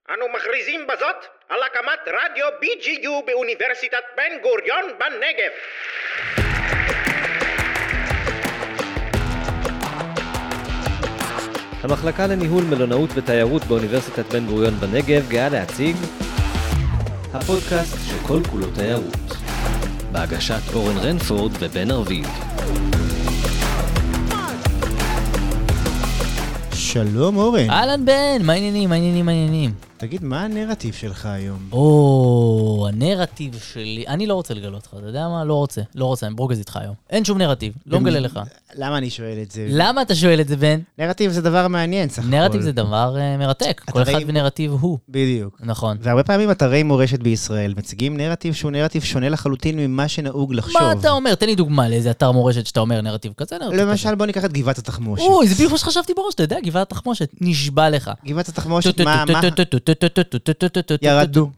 אנו מכריזים בזאת על הקמת רדיו BGU באוניברסיטת בן גוריון בנגב. המחלקה לניהול מלונאות ותיירות באוניברסיטת בן גוריון בנגב גאה להציג הפודקאסט שכל כולו תיירות, בהגשת אורן רנפורד ובן ארביב. שלום אורן. אהלן בן, מה העניינים? תגיד, מה הנרטיב שלך היום? הנרטיב שלי, אני לא רוצה לגלות לך, אתה יודע מה? לא רוצה, אני ברוגז איתך היום. אין שום נרטיב, לא מגלה לך. למה אני שואל את זה? למה אתה שואל את זה, בן? נרטיב זה דבר מעניין, סך הכל. נרטיב זה דבר מרתק, כל אחד ונרטיב הוא. בדיוק. נכון. והרבה פעמים אתרי מורשת בישראל מציגים נרטיב שהוא נרטיב שונה לחלוטין ממה שנהוג לחשוב. מה אתה אומר? תן לי דוגמה לאיזה אתר מורשת שאתה אומר נרטיב כזה, למשל, בוא ניקח את גבעת התחמושת. זה בדיוק מה שחשבתי בראש, אתה יודע, גבעת התחמושת, נשבע לך. גבעת התחמושת, מה? ירדו.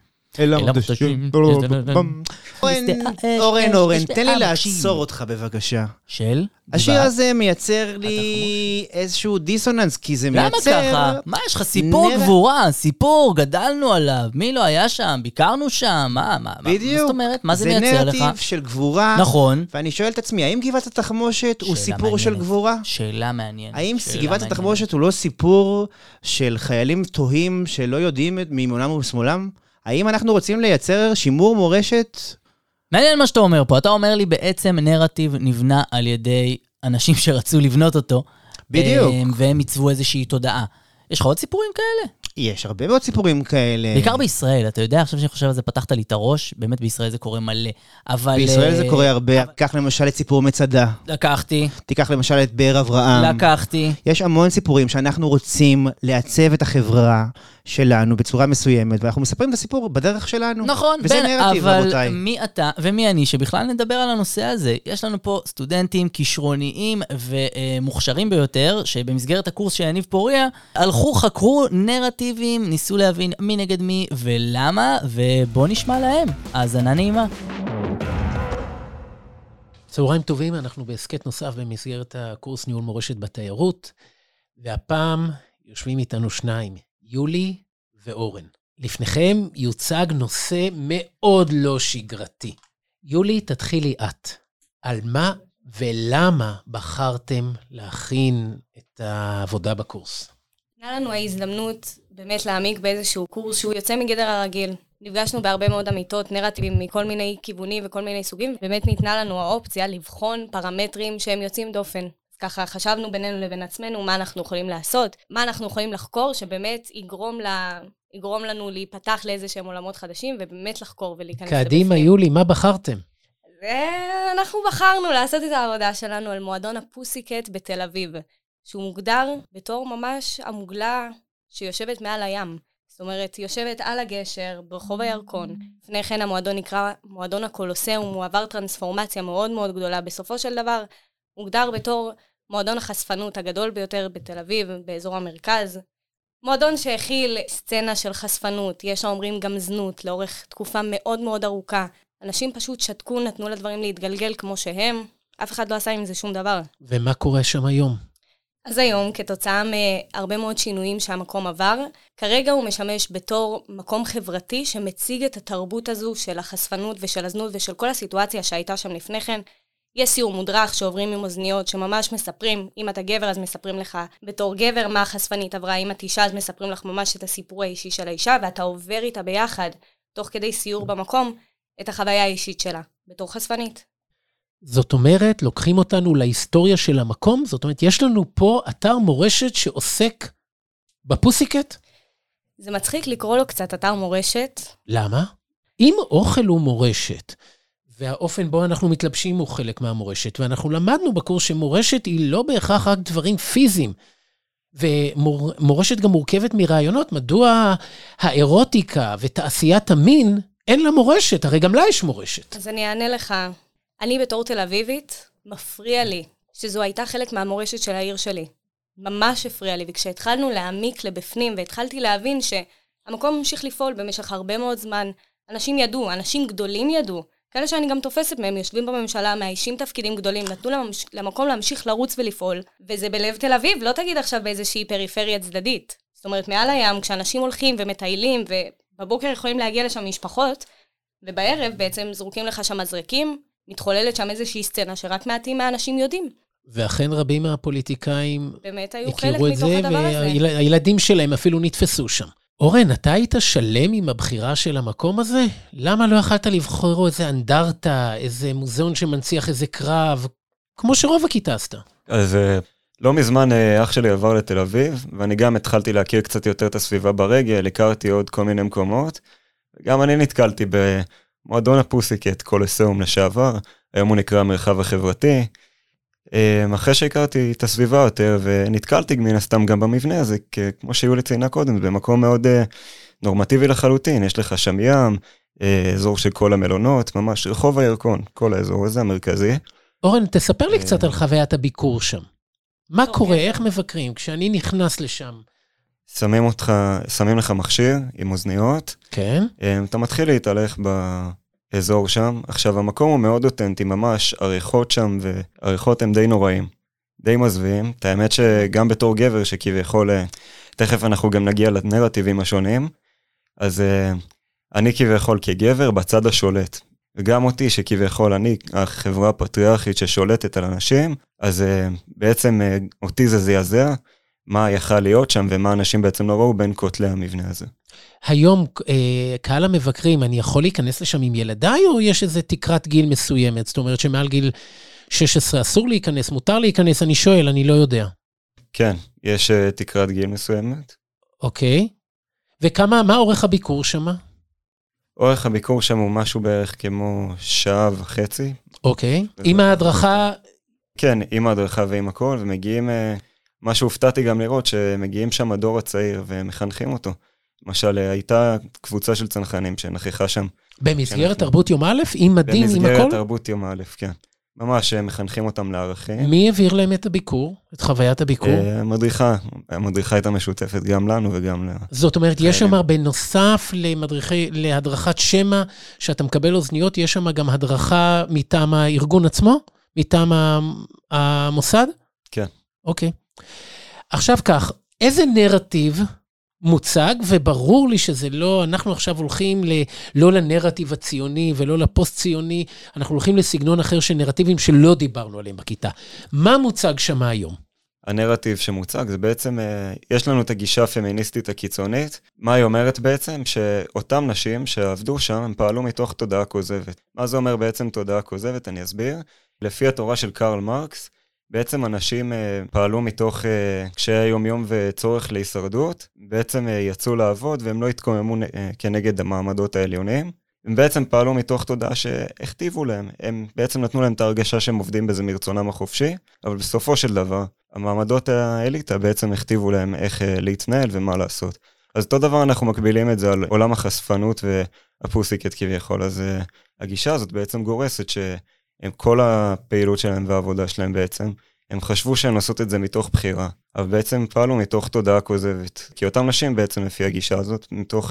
אורן, תן לי לעצור אותך בבקשה. של? השיר הזה מייצר לי איזשהו דיסוננס, כי זה מייצר... למה ככה? מה יש לך? סיפור גבורה, סיפור, גדלנו עליו, מי לא היה שם, ביקרנו שם, מה זאת אומרת? מה זה מייצר לך? זה נרטיב של גבורה. נכון. ואני שואל את עצמי, האם גבעת התחמושת הוא סיפור של גבורה? שאלה מעניינת. האם גבעת התחמושת הוא לא סיפור של חיילים תוהים שלא יודעים מימונם ומשמאלם? האם אנחנו רוצים לייצר שימור מורשת? מעניין מה שאתה אומר פה. אתה אומר לי בעצם נרטיב נבנה על ידי אנשים שרצו לבנות אותו. בדיוק. והם ייצבו איזושהי תודעה. יש לך עוד סיפורים כאלה? יש הרבה מאוד סיפורים כאלה. בעיקר בישראל, אתה יודע, עכשיו שאני חושב על זה, פתחת לי את הראש, באמת בישראל זה קורה מלא. אבל... בישראל זה קורה הרבה. קח למשל את סיפור מצדה. לקחתי. תיקח למשל את באר אברהם. לקחתי. יש המון סיפורים שאנחנו רוצים לעצב את החברה שלנו בצורה מסוימת, ואנחנו מספרים את הסיפור בדרך שלנו. נכון, וזה נרטיב, רבותיי. אבל מי אתה ומי אני שבכלל נדבר על הנושא הזה? יש לנו פה סטודנטים כישרוניים ומוכשרים ביותר, שבמסגרת הקורס של יניב פוריה, הלכו, חקרו נרטיבים, ניסו להבין מי נגד מי ולמה, ובוא נשמע להם. האזנה נעימה. צהריים טובים, אנחנו בעסקת נוסף במסגרת הקורס ניהול מורשת בתיירות, והפעם יושבים איתנו שניים, יולי ואורן. לפניכם יוצג נושא מאוד לא שגרתי. יולי, תתחילי את. על מה ולמה בחרתם להכין את העבודה בקורס? היה לנו ההזדמנות באמת להעמיק באיזשהו קורס שהוא יוצא מגדר הרגיל. נפגשנו בהרבה מאוד אמיתות, נרטיבים מכל מיני כיוונים וכל מיני סוגים, באמת ניתנה לנו האופציה לבחון פרמטרים שהם יוצאים דופן. ככה חשבנו בינינו לבין עצמנו מה אנחנו יכולים לעשות, מה אנחנו יכולים לחקור, שבאמת יגרום לנו להיפתח לאיזה שהם עולמות חדשים, ובאמת לחקור ולהיכנס לבפנים. קדימה, יולי, מה בחרתם? אנחנו בחרנו לעשות את העבודה שלנו על מועדון הפוסיקט בתל אביב, שהוא מוגדר בתור ממש המוגלה שיושבת מעל הים. זאת אומרת, יושבת על הגשר, ברחוב הירקון. לפני כן המועדון נקרא מועדון הקולוסאום, הוא עבר טרנספורמציה מאוד מאוד גדולה. בסופו של דבר, מוגדר בתור מועדון החשפנות הגדול ביותר בתל אביב, באזור המרכז. מועדון שהכיל סצנה של חשפנות, יש אומרים גם זנות, לאורך תקופה מאוד מאוד ארוכה. אנשים פשוט שתקו, נתנו לדברים להתגלגל כמו שהם. אף אחד לא עשה עם זה שום דבר. ומה קורה שם היום? אז היום, כתוצאה מהרבה מאוד שינויים שהמקום עבר, כרגע הוא משמש בתור מקום חברתי שמציג את התרבות הזו של החשפנות ושל הזנות ושל כל הסיטואציה שהייתה שם לפני כן. יש סיור מודרך שעוברים עם אוזניות שממש מספרים, אם אתה גבר אז מספרים לך בתור גבר מה החשפנית עברה, אם את אישה אז מספרים לך ממש את הסיפור האישי של האישה, ואתה עובר איתה ביחד, תוך כדי סיור במקום, את החוויה האישית שלה, בתור חשפנית. זאת אומרת, לוקחים אותנו להיסטוריה של המקום, זאת אומרת, יש לנו פה אתר מורשת שעוסק בפוסיקט? זה מצחיק לקרוא לו קצת אתר מורשת. למה? אם אוכל הוא מורשת, והאופן בו אנחנו מתלבשים הוא חלק מהמורשת, ואנחנו למדנו בקורס שמורשת היא לא בהכרח רק דברים פיזיים, ומורשת גם מורכבת מרעיונות, מדוע האירוטיקה ותעשיית המין אין לה מורשת, הרי גם לה יש מורשת. אז אני אענה לך, אני בתור תל אביבית, מפריע לי שזו הייתה חלק מהמורשת של העיר שלי. ממש הפריע לי, וכשהתחלנו להעמיק לבפנים, והתחלתי להבין שהמקום ממשיך לפעול במשך הרבה מאוד זמן, אנשים ידעו, אנשים גדולים ידעו, כאלה שאני גם תופסת מהם, יושבים בממשלה, מאיישים תפקידים גדולים, נתנו למקום להמשיך לרוץ ולפעול, וזה בלב תל אביב, לא תגיד עכשיו באיזושהי פריפריה צדדית. זאת אומרת, מעל הים, כשאנשים הולכים ומטיילים, ובבוקר יכולים להגיע לשם משפחות, ובערב בעצם זרוקים לך שם מזרקים, מתחוללת שם איזושהי סצנה שרק מעטים מהאנשים יודעים. ואכן רבים מהפוליטיקאים באמת היו חלק הכירו את מתוך זה, הדבר הזה. והילדים שלהם אפילו נתפסו שם. אורן, אתה היית שלם עם הבחירה של המקום הזה? למה לא יכלת לבחור איזה אנדרטה, איזה מוזיאון שמנציח איזה קרב, כמו שרוב הכיתה עשתה? אז לא מזמן אח שלי עבר לתל אביב, ואני גם התחלתי להכיר קצת יותר את הסביבה ברגל, הכרתי עוד כל מיני מקומות, וגם אני נתקלתי במועדון הפוסיקט, קולוסיאום לשעבר, היום הוא נקרא המרחב החברתי, אחרי שהכרתי את הסביבה יותר, ונתקלתי מן הסתם גם במבנה הזה, כמו שיולי ציינה קודם, במקום מאוד נורמטיבי לחלוטין, יש לך שם ים, אזור של כל המלונות, ממש רחוב הירקון, כל האזור הזה המרכזי. אורן, תספר לי קצת על חוויית הביקור שם. מה קורה? איך מבקרים? כשאני נכנס לשם. שמים לך מכשיר עם אוזניות. כן. אתה מתחיל להתהלך באזור שם. עכשיו, המקום הוא מאוד אותנטי, ממש עריכות שם, ועריכות הם די נוראים. די מזווים. את האמת שגם בתור גבר שכביכול, תכף אנחנו גם נגיע לנרטיבים השונים, אז אני כביכול כגבר בצד השולט. וגם אותי שכביכול אני, החברה הפטריארכית ששולטת על אנשים, אז בעצם אותי זה זעזע, מה יכל להיות שם ומה אנשים בעצם לא ראו בין כותלי המבנה הזה. היום, קהל המבקרים, אני יכול להיכנס לשם עם ילדיי, או יש איזו תקרת גיל מסוימת? זאת אומרת שמעל גיל 16 אסור להיכנס, מותר להיכנס, אני שואל, אני לא יודע. כן, יש תקרת גיל מסוימת. אוקיי. מה אורך הביקור שם? אורך הביקור שם הוא משהו בערך כמו שעה וחצי. אוקיי. עם ההדרכה? כן, עם ההדרכה ועם הכל, ומגיעים, מה שהופתעתי גם לראות, שמגיעים שם הדור הצעיר ומחנכים אותו. למשל, הייתה קבוצה של צנחנים שנכחה שם. במסגרת תרבות יום א', עם מדים, עם הכל? במסגרת תרבות יום א', כן. ממש מחנכים אותם לערכים. מי העביר להם את הביקור, את חוויית הביקור? המדריכה הייתה משותפת גם לנו וגם לה... זאת אומרת, יש שם בנוסף להדרכת שמה, שאתה מקבל אוזניות, יש שם גם הדרכה מטעם הארגון עצמו? מטעם המוסד? כן. אוקיי. עכשיו כך, איזה נרטיב מוצג, וברור לי שזה לא, אנחנו עכשיו הולכים לא לנרטיב הציוני ולא לפוסט-ציוני, אנחנו הולכים לסגנון אחר של נרטיבים שלא דיברנו עליהם בכיתה. מה מוצג שם היום? הנרטיב שמוצג זה בעצם, יש לנו את הגישה הפמיניסטית הקיצונית, מה היא אומרת בעצם? שאותם נשים שעבדו שם, הם פעלו מתוך תודעה כוזבת. מה זה אומר בעצם תודעה כוזבת? אני אסביר. לפי התורה של קרל מרקס, בעצם אנשים פעלו מתוך קשיי יום-יום וצורך להישרדות, בעצם יצאו לעבוד והם לא התקוממו כנגד המעמדות העליונים, הם בעצם פעלו מתוך תודעה שהכתיבו להם, הם בעצם נתנו להם את ההרגשה שהם עובדים בזה מרצונם החופשי, אבל בסופו של דבר, המעמדות האליטה בעצם הכתיבו להם איך להתנהל ומה לעשות. אז אותו דבר אנחנו מקבילים את זה על עולם החשפנות והפוסיקט כביכול, אז הגישה הזאת בעצם גורסת הם כל הפעילות שלהם והעבודה שלהם בעצם, הם חשבו שהם עושות את זה מתוך בחירה, אבל בעצם פעלו מתוך תודעה כוזבת. כי אותם נשים בעצם לפי הגישה הזאת,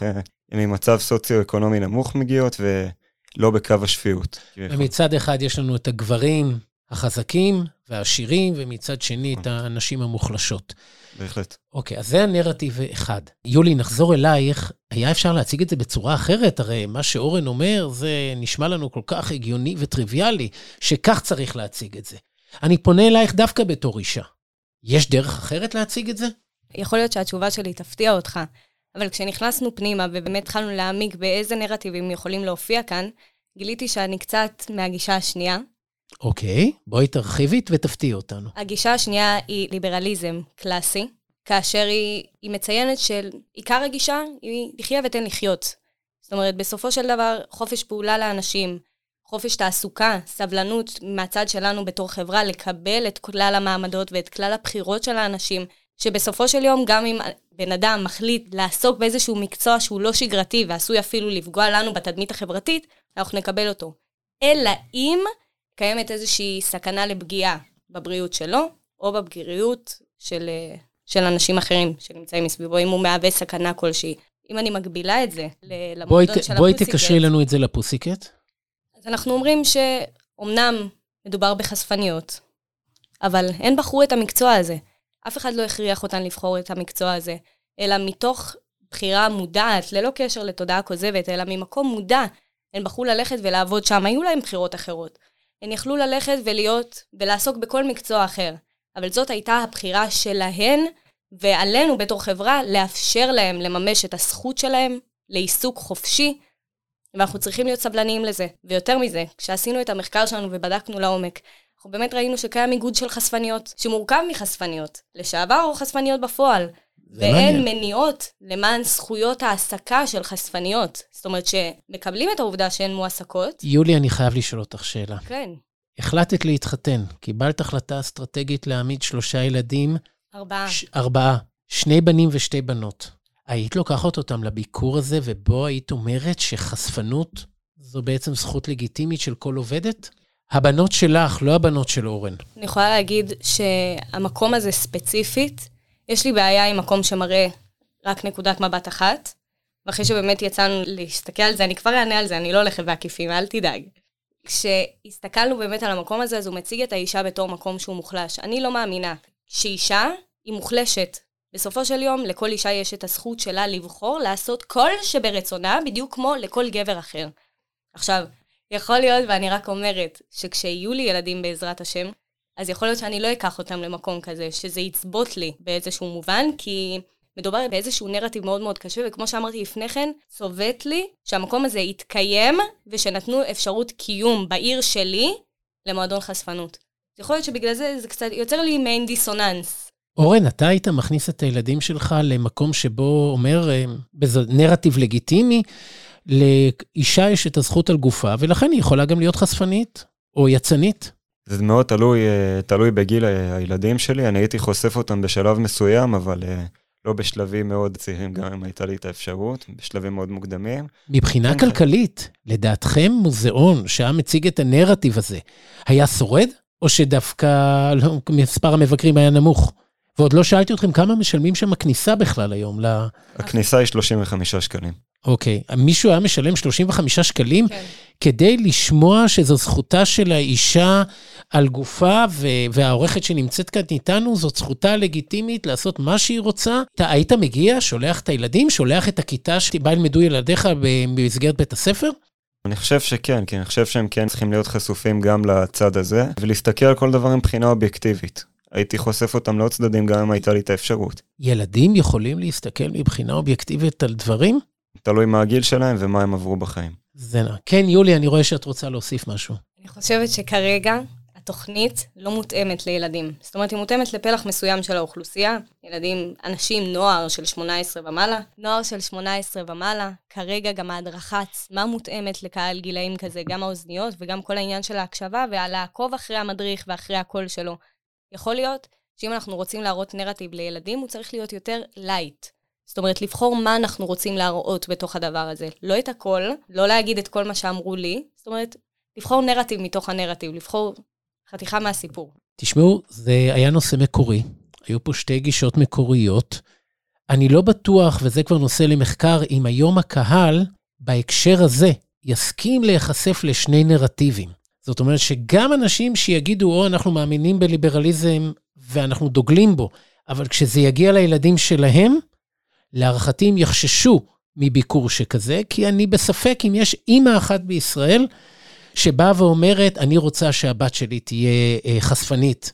הם ממצב סוציו-אקונומי נמוך מגיעות ולא בקו השפיות. ומצד אחד יש לנו את הגברים החזקים והעשירים, ומצד שני את הנשים המוחלשות. בהחלט. אוקיי, אז זה הנרטיב אחד. יולי, נחזור אלייך, היה אפשר להציג את זה בצורה אחרת, הרי מה שאורן אומר, זה נשמע לנו כל כך הגיוני וטריוויאלי, שכך צריך להציג את זה. אני פונה אלייך דווקא בתור אישה. יש דרך אחרת להציג את זה? יכול להיות שהתשובה שלי תפתיע אותך, אבל כשנכנסנו פנימה ובאמת התחלנו להעמיק באיזה נרטיבים יכולים להופיע כאן, גיליתי שאני קצת מהגישה השנייה. אוקיי, בואי תרחיבית ותפתיע אותנו. הגישה השנייה היא ליברליזם קלאסי, כאשר היא מציינת שעיקר הגישה היא לחיה ותן לחיות. זאת אומרת, בסופו של דבר, חופש פעולה לאנשים, חופש תעסוקה, סבלנות מהצד שלנו בתור חברה, לקבל את כלל המעמדות ואת כלל הבחירות של האנשים, שבסופו של יום, גם אם בן אדם מחליט לעסוק באיזשהו מקצוע שהוא לא שגרתי, ועשוי אפילו לפגוע לנו בתדמית החברתית, אנחנו נקבל אותו. אלא אם קיימת איזושהי סכנה לפגיעה בבריאות שלו, או בבריאות של אנשים אחרים שנמצאים מסביבו, אם הוא מהווה סכנה כלשהי. אם אני מגבילה את זה למועדון של הפוסיקט. בואי תקשרי לנו את זה לפוסיקט. אז אנחנו אומרים שאומנם מדובר בחשפניות, אבל הן בחרו את המקצוע הזה. אף אחד לא הכריח אותן לבחור את המקצוע הזה. אלא מתוך בחירה מודעת, ללא קשר לתודעה כוזבת, אלא ממקום מודע, הן בחרו ללכת ולעבוד שם, היו להם בחירות אחרות. הן יכלו ללכת ולעסוק בכל מקצוע אחר, אבל זאת הייתה הבחירה שלהן, ועלינו בתור חברה לאפשר להם לממש את הזכות שלהם לעיסוק חופשי, ואנחנו צריכים להיות סבלניים לזה. ויותר מזה, כשעשינו את המחקר שלנו ובדקנו לעומק, אנחנו באמת ראינו שקיים איגוד של חשפניות, שמורכב מחשפניות, לשעבר או חשפניות בפועל, ואין מניעות למען זכויות העסקה של חשפניות. זאת אומרת שמקבלים את העובדה שהן מועסקות. יולי, אני חייב לשאול אותך שאלה. כן. החלטת להתחתן, קיבלת החלטה אסטרטגית להעמיד 3 ילדים. 4. 2 בנים ו2 בנות. היית לוקחת אותם לביקור הזה, ובו היית אומרת שחשפנות זו בעצם זכות לגיטימית של כל עובדת? הבנות שלך, לא הבנות של אורן. אני יכולה להגיד שהמקום הזה ספציפית, יש לי בעיה עם מקום שמראה רק נקודת מבט אחת, ואחרי שבאמת יצאנו להסתכל על זה, אני כבר אענה על זה, אני לא הולכת בעקיפים, אל תדאג. כשהסתכלנו באמת על המקום הזה, אז הוא מציג את האישה בתור מקום שהוא מוחלש. אני לא מאמינה שאישה היא מוחלשת. בסופו של יום, לכל אישה יש את הזכות שלה לבחור, לעשות כל שברצונה, בדיוק כמו לכל גבר אחר. עכשיו, יכול להיות, ואני רק אומרת, שכשיהיו לי ילדים בעזרת השם, אז יכול להיות שאני לא אקח אותם למקום כזה, שזה יצבות לי באיזשהו מובן, כי מדובר באיזשהו נרטיב מאוד מאוד קשה, וכמו שאמרתי לפני כן, צובט לי שהמקום הזה יתקיים, ושנתנו אפשרות קיום בעיר שלי למועדון חשפנות. יכול להיות שבגלל זה זה קצת יוצר לי מעין דיסוננס. אורן, אתה היית מכניס את הילדים שלך למקום שבו אומר, בזה נרטיב לגיטימי, לאישה יש את הזכות על גופה, ולכן היא יכולה גם להיות חשפנית או יצנית. זה מאוד תלוי בגיל הילדים שלי, אני הייתי חושף אותם בשלב מסוים, אבל לא בשלבים מאוד צעירים, גם אם הייתה לי את האפשרות, בשלבים מאוד מוקדמים. מבחינה כלכלית, לדעתכם מוזיאון שהיה מציג את הנרטיב הזה, היה שורד? או שדווקא מספר המבקרים היה נמוך? ועוד לא שאלתי אתכם כמה משלמים שם הכניסה בכלל היום. הכניסה היא 35 שקלים. אוקיי, מישהו היה משלם 35 שקלים כדי לשמוע שזו זכותה של האישה על גופה, והעורכת שנמצאת כאן איתנו, זאת זכותה לגיטימית לעשות מה שהיא רוצה. היית מגיע, שולח את הילדים, שולח את הכיתה שבה ילמדו ילדיך במסגרת בית הספר? אני חושב שכן, כי אני חושב שהם כן צריכים להיות חשופים גם לצד הזה, ולהסתכל על כל דבר מבחינה אובייקטיבית. הייתי חושף אותם לעוד צדדים גם אם הייתה לי את האפשרות. ילדים יכולים להסתכל מבחינה אובייקטיבית על דברים? תלוי מה הגיל שלהם ומה הם עברו בחיים. כן, יולי, אני רואה שאת רוצה להוסיף משהו. אני חושבת שכרגע התוכנית לא מותאמת לילדים. זאת אומרת, היא מותאמת לפלח מסוים של האוכלוסייה. ילדים, אנשים, נוער של 18 ומעלה. נוער של 18 ומעלה, כרגע גם ההדרכה עצמה מותאמת לקהל גילאים כזה, גם האוזניות וגם כל העניין של ההקשבה, ולעקוב אחרי המדריך ואחרי הקול שלו. יכול להיות שאם אנחנו רוצים להראות נרטיב לילדים, הוא צריך להיות יותר לייט. זאת אומרת, לבחור מה אנחנו רוצים להראות בתוך הדבר הזה. לא את הכל, לא להגיד את כל מה שאמרו לי. זאת אומרת, לבחור נרטיב מתוך הנרטיב, לבחור חתיכה מהסיפור. תשמעו, זה היה נושא מקורי. היו פה 2 גישות מקוריות. אני לא בטוח, וזה כבר נושא למחקר, אם היום הקהל, בהקשר הזה, יסכים להיחשף ל2 נרטיבים. זאת אומרת שגם אנשים שיגידו, אנחנו מאמינים בליברליזם, ואנחנו דוגלים בו, אבל כשזה יגיע לילדים שלהם, להערכתי הם יחששו מביקור שכזה, כי אני בספק אם יש אמא אחת בישראל, שבאה ואומרת, אני רוצה שהבת שלי תהיה חשפנית,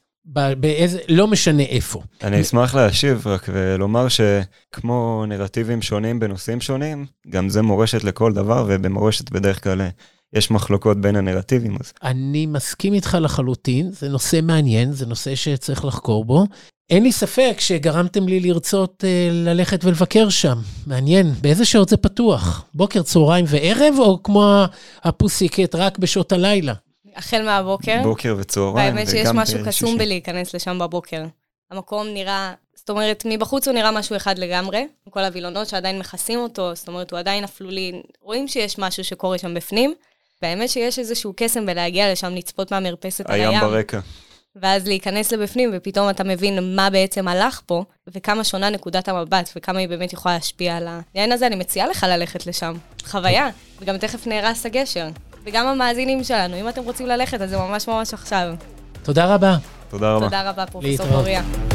לא משנה איפה. אני אשמח להשיב רק ולומר שכמו נרטיבים שונים בנושאים שונים, גם זה מורשת לכל דבר, ובמורשת בדרך כלל יש מחלוקות בין הנרטיבים. אני מסכים איתך לחלוטין, זה נושא מעניין, זה נושא שצריך לחקור בו. אין לי ספק שגרמתם לי לרצות ללכת ולבקר שם. מעניין, באיזה שעות זה פתוח? בוקר, צהריים וערב, או כמו הפוסיקט רק בשעות הלילה? החל מהבוקר. בוקר וצהריים. והאמת שיש משהו קסום בלהיכנס לשם בבוקר. המקום נראה, זאת אומרת, מבחוץ הוא נראה משהו אחד לגמרי, כל הווילונות שעדיין מכסים אותו, זאת אומרת, הוא עדיין אפלולי, רואים שיש משהו שקורה שם בפנים, והאמת שיש איזשהו קסם בלהגיע לשם, לצפות מהמרפסת על הים. הים ברקע. ואז להיכנס לבפנים, ופתאום אתה מבין מה בעצם הלך פה, וכמה שונה נקודת המבט, וכמה היא באמת יכולה להשפיע על העניין הזה. אני מציעה לך ללכת לשם. חוויה, וגם תכף נהרס הגשר. וגם המאזינים שלנו, אם אתם רוצים ללכת, אז זה ממש ממש עכשיו. תודה רבה. תודה רבה. תודה רבה, פרופסור פוריה.